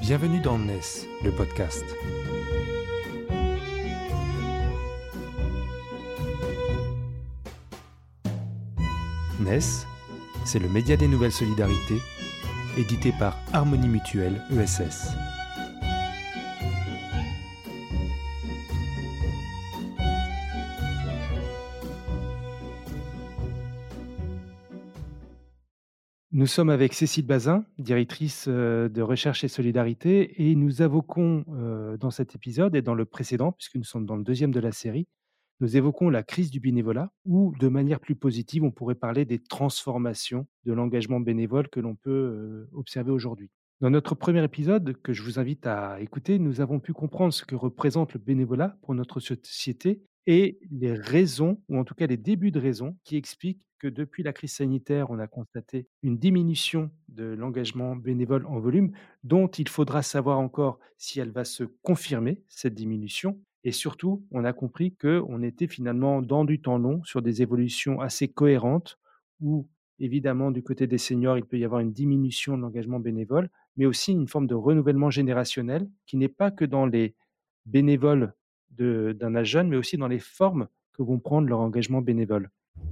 Bienvenue dans NES, le podcast. NES, c'est le média des nouvelles solidarités, édité par Harmonie Mutuelle ESS. Nous sommes avec Cécile Bazin, directrice de recherche et solidarité, et nous évoquons dans cet épisode et dans le précédent, puisque nous sommes dans le deuxième de la série, nous évoquons la crise du bénévolat, ou de manière plus positive, on pourrait parler des transformations de l'engagement bénévole que l'on peut observer aujourd'hui. Dans notre premier épisode, que je vous invite à écouter, nous avons pu comprendre ce que représente le bénévolat pour notre société et les raisons, ou en tout cas les débuts de raisons, qui expliquent que depuis la crise sanitaire, on a constaté une diminution de l'engagement bénévole en volume, dont il faudra savoir encore si elle va se confirmer, cette diminution. Et surtout, on a compris qu'on était finalement dans du temps long, sur des évolutions assez cohérentes, où évidemment, du côté des seniors, il peut y avoir une diminution de l'engagement bénévole, mais aussi une forme de renouvellement générationnel qui n'est pas que dans les bénévoles d'un âge jeune, mais aussi dans les formes que vont prendre leur engagement bénévole.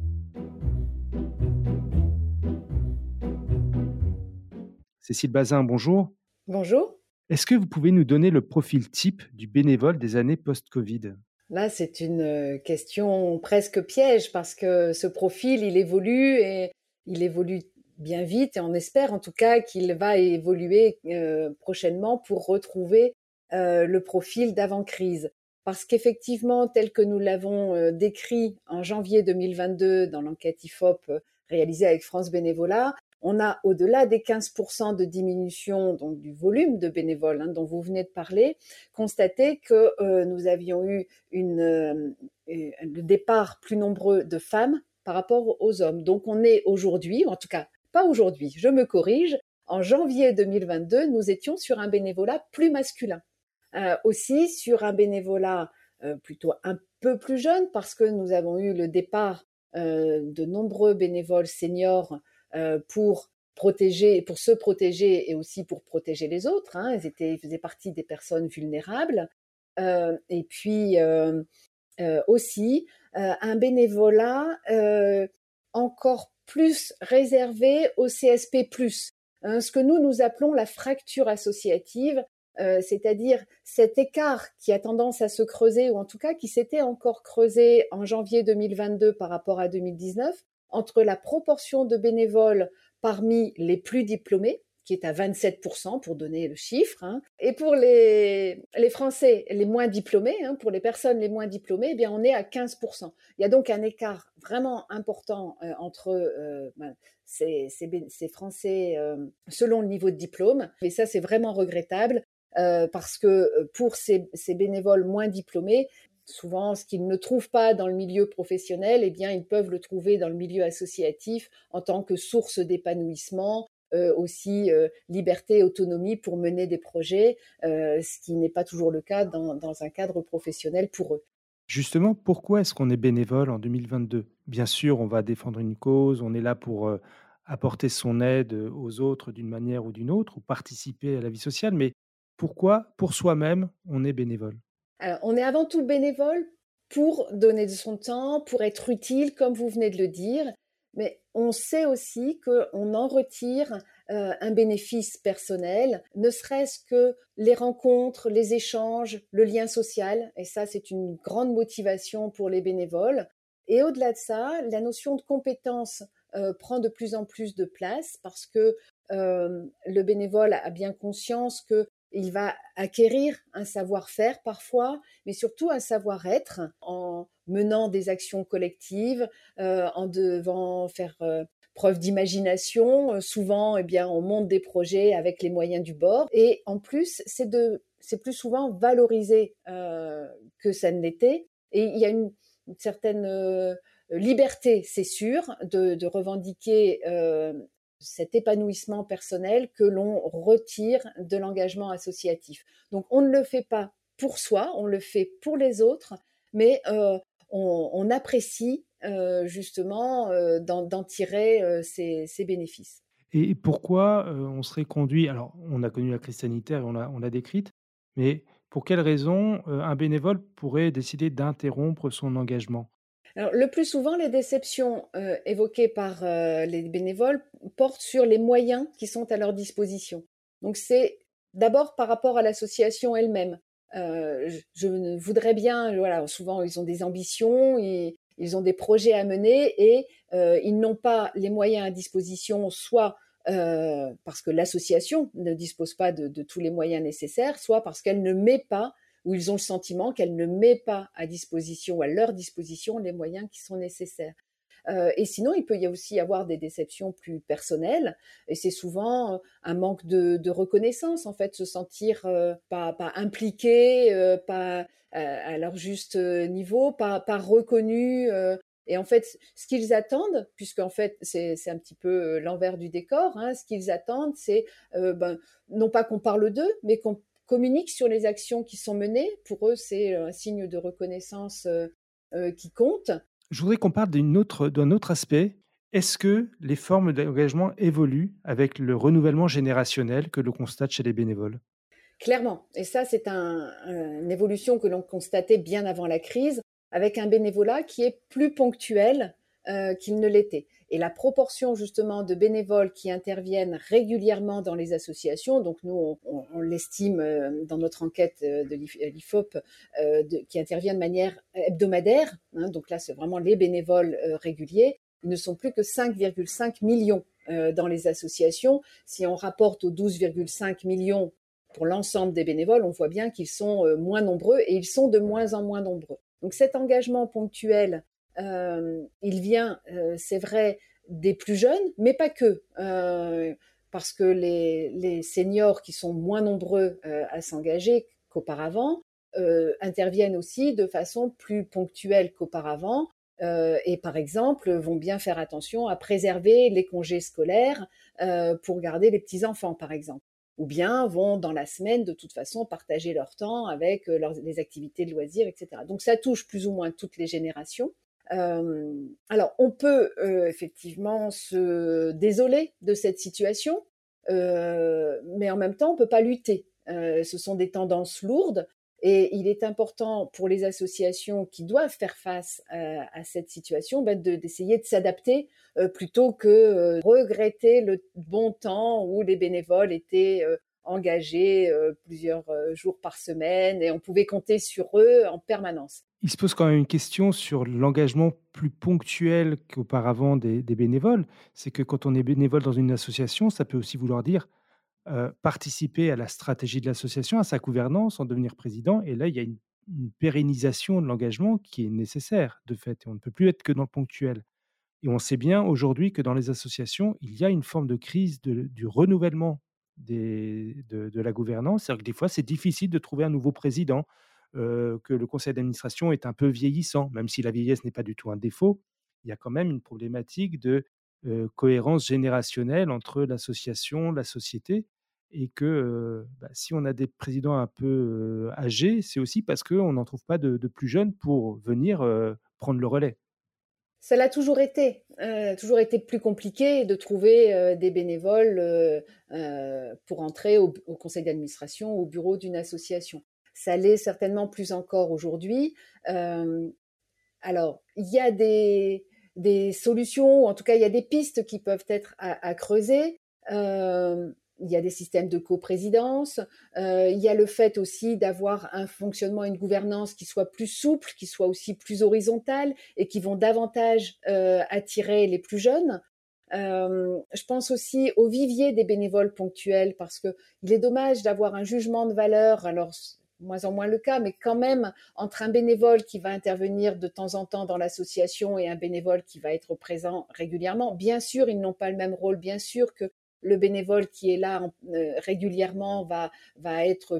Cécile Bazin, bonjour. Bonjour. Est-ce que vous pouvez nous donner le profil type du bénévole des années post-Covid ? Là, c'est une question presque piège parce que ce profil, il évolue et il évolue bien vite et on espère en tout cas qu'il va évoluer prochainement pour retrouver le profil d'avant-crise. Parce qu'effectivement, tel que nous l'avons décrit en janvier 2022 dans l'enquête IFOP réalisée avec France Bénévolat, on a au-delà des 15% de diminution donc du volume de bénévoles dont vous venez de parler, constaté que nous avions eu le départ plus nombreux de femmes par rapport aux hommes. Donc on est aujourd'hui, en tout cas pas aujourd'hui, je me corrige, en janvier 2022, nous étions sur un bénévolat plus masculin. Aussi sur un bénévolat plutôt un peu plus jeune parce que nous avons eu le départ de nombreux bénévoles seniors pour se protéger et aussi pour protéger les autres. Ils faisaient partie des personnes vulnérables. Et puis aussi un bénévolat encore plus réservé au CSP+, ce que nous appelons la fracture associative, c'est-à-dire cet écart qui a tendance à se creuser, ou en tout cas qui s'était encore creusé en janvier 2022 par rapport à 2019, entre la proportion de bénévoles parmi les plus diplômés, qui est à 27% pour donner le chiffre, et pour les Français les moins diplômés, pour les personnes les moins diplômées, eh bien on est à 15%. Il y a donc un écart vraiment important entre ces Français selon le niveau de diplôme, et ça c'est vraiment regrettable parce que pour ces bénévoles moins diplômés, souvent, ce qu'ils ne trouvent pas dans le milieu professionnel, eh bien, ils peuvent le trouver dans le milieu associatif en tant que source d'épanouissement, aussi liberté et autonomie pour mener des projets, ce qui n'est pas toujours le cas dans un cadre professionnel pour eux. Justement, pourquoi est-ce qu'on est bénévole en 2022 ? Bien sûr, on va défendre une cause, on est là pour apporter son aide aux autres d'une manière ou d'une autre, ou participer à la vie sociale, mais pourquoi, pour soi-même, on est bénévole ? Alors, on est avant tout bénévole pour donner de son temps, pour être utile, comme vous venez de le dire, mais on sait aussi qu'on en retire un bénéfice personnel, ne serait-ce que les rencontres, les échanges, le lien social, et ça c'est une grande motivation pour les bénévoles. Et au-delà de ça, la notion de compétence prend de plus en plus de place parce que le bénévole a bien conscience que il va acquérir un savoir-faire parfois, mais surtout un savoir-être en menant des actions collectives, en devant faire preuve d'imagination. Souvent, eh bien, on monte des projets avec les moyens du bord. Et en plus, c'est plus souvent valorisé que ça ne l'était. Et il y a une certaine liberté, c'est sûr, de revendiquer cet épanouissement personnel que l'on retire de l'engagement associatif. Donc on ne le fait pas pour soi, on le fait pour les autres, mais on apprécie justement d'en tirer ces bénéfices. Et pourquoi, on serait conduit alors on a connu la crise sanitaire et on l'a décrite, mais pour quelles raisons, un bénévole pourrait décider d'interrompre son engagement? Alors, le plus souvent, les déceptions évoquées par les bénévoles portent sur les moyens qui sont à leur disposition. Donc, c'est d'abord par rapport à l'association elle-même. Je voudrais bien, voilà, souvent ils ont des ambitions, ils ont des projets à mener et ils n'ont pas les moyens à disposition, soit parce que l'association ne dispose pas de tous les moyens nécessaires, soit parce qu'elle ne met pas où ils ont le sentiment qu'elle ne met pas à disposition ou à leur disposition les moyens qui sont nécessaires. Et sinon, il peut y aussi avoir des déceptions plus personnelles, et c'est souvent un manque de reconnaissance, en fait, se sentir pas impliqué, pas à leur juste niveau, pas reconnu. Et en fait, ce qu'ils attendent, puisque en fait c'est un petit peu l'envers du décor, hein, ce qu'ils attendent, c'est non pas qu'on parle d'eux, mais qu'on communique sur les actions qui sont menées. Pour eux, c'est un signe de reconnaissance qui compte. Je voudrais qu'on parle d'un autre aspect. Est-ce que les formes d'engagement évoluent avec le renouvellement générationnel que l'on constate chez les bénévoles? Clairement, et ça, c'est une évolution que l'on constatait bien avant la crise, avec un bénévolat qui est plus ponctuel qu'il ne l'était. Et la proportion justement de bénévoles qui interviennent régulièrement dans les associations, donc nous on l'estime dans notre enquête de l'IFOP, qui intervient de manière hebdomadaire, hein, donc là c'est vraiment les bénévoles réguliers, ils ne sont plus que 5,5 millions dans les associations. Si on rapporte aux 12,5 millions pour l'ensemble des bénévoles, on voit bien qu'ils sont moins nombreux et ils sont de moins en moins nombreux. Donc cet engagement ponctuel, il vient, c'est vrai, des plus jeunes, mais pas que. Parce que les seniors qui sont moins nombreux à s'engager qu'auparavant interviennent aussi de façon plus ponctuelle qu'auparavant. Et par exemple, vont bien faire attention à préserver les congés scolaires pour garder les petits-enfants, par exemple, ou bien vont dans la semaine de toute façon partager leur temps avec les activités de loisirs, etc. Donc ça touche plus ou moins toutes les générations. Alors on peut effectivement se désoler de cette situation, mais en même temps on ne peut pas lutter. Ce sont des tendances lourdes. Et il est important pour les associations qui doivent faire face à cette situation d'essayer de s'adapter plutôt que regretter le bon temps où les bénévoles étaient engagés plusieurs jours par semaine et on pouvait compter sur eux en permanence. Il se pose quand même une question sur l'engagement plus ponctuel qu'auparavant des bénévoles. C'est que quand on est bénévole dans une association, ça peut aussi vouloir dire, participer à la stratégie de l'association, à sa gouvernance, en devenir président et là, il y a une pérennisation de l'engagement qui est nécessaire, de fait et on ne peut plus être que dans le ponctuel. Et on sait bien aujourd'hui que dans les associations, il y a une forme de crise du renouvellement de la gouvernance. C'est-à-dire que des fois, c'est difficile de trouver un nouveau président, que le conseil d'administration est un peu vieillissant, même si la vieillesse n'est pas du tout un défaut. Il y a quand même une problématique de cohérence générationnelle entre l'association, la société, et que si on a des présidents un peu âgés, c'est aussi parce qu'on n'en trouve pas de plus jeunes pour venir prendre le relais. Ça l'a toujours été plus compliqué de trouver des bénévoles pour entrer au conseil d'administration, au bureau d'une association. Ça l'est certainement plus encore aujourd'hui. Euh, alors, il y a des solutions, ou en tout cas, il y a des pistes qui peuvent être à creuser. Il y a des systèmes de coprésidence. Il y a le fait aussi d'avoir un fonctionnement, une gouvernance qui soit plus souple, qui soit aussi plus horizontale et qui vont davantage attirer les plus jeunes. Je pense aussi au vivier des bénévoles ponctuels parce que il est dommage d'avoir un jugement de valeur. Alors, moins en moins le cas, mais quand même, entre un bénévole qui va intervenir de temps en temps dans l'association et un bénévole qui va être présent régulièrement, bien sûr, ils n'ont pas le même rôle. Bien sûr que le bénévole qui est là régulièrement va être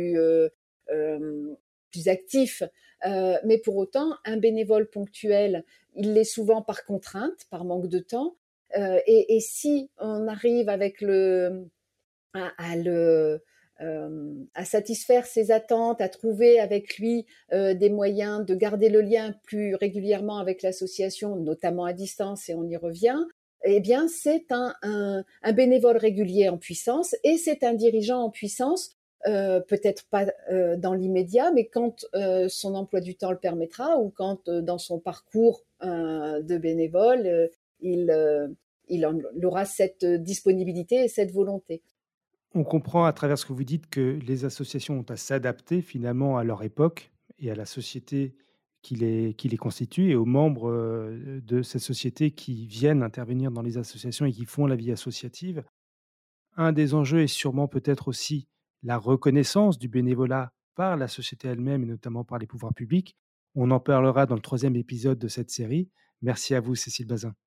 plus actif. Mais pour autant, un bénévole ponctuel, il l'est souvent par contrainte, par manque de temps. Et si on arrive avec à le à satisfaire ses attentes, à trouver avec lui des moyens de garder le lien plus régulièrement avec l'association, notamment à distance, et on y revient, eh bien, c'est un bénévole régulier en puissance et c'est un dirigeant en puissance, peut-être pas dans l'immédiat, mais quand son emploi du temps le permettra ou quand dans son parcours de bénévole, il, euh, il aura cette disponibilité et cette volonté. On comprend à travers ce que vous dites que les associations ont à s'adapter finalement à leur époque et à la société qui les constitue et aux membres, de cette société qui viennent intervenir dans les associations et qui font la vie associative. Un des enjeux est sûrement peut-être aussi la reconnaissance du bénévolat par la société elle-même et notamment par les pouvoirs publics. On en parlera dans le troisième épisode de cette série. Merci à vous, Cécile Bazin.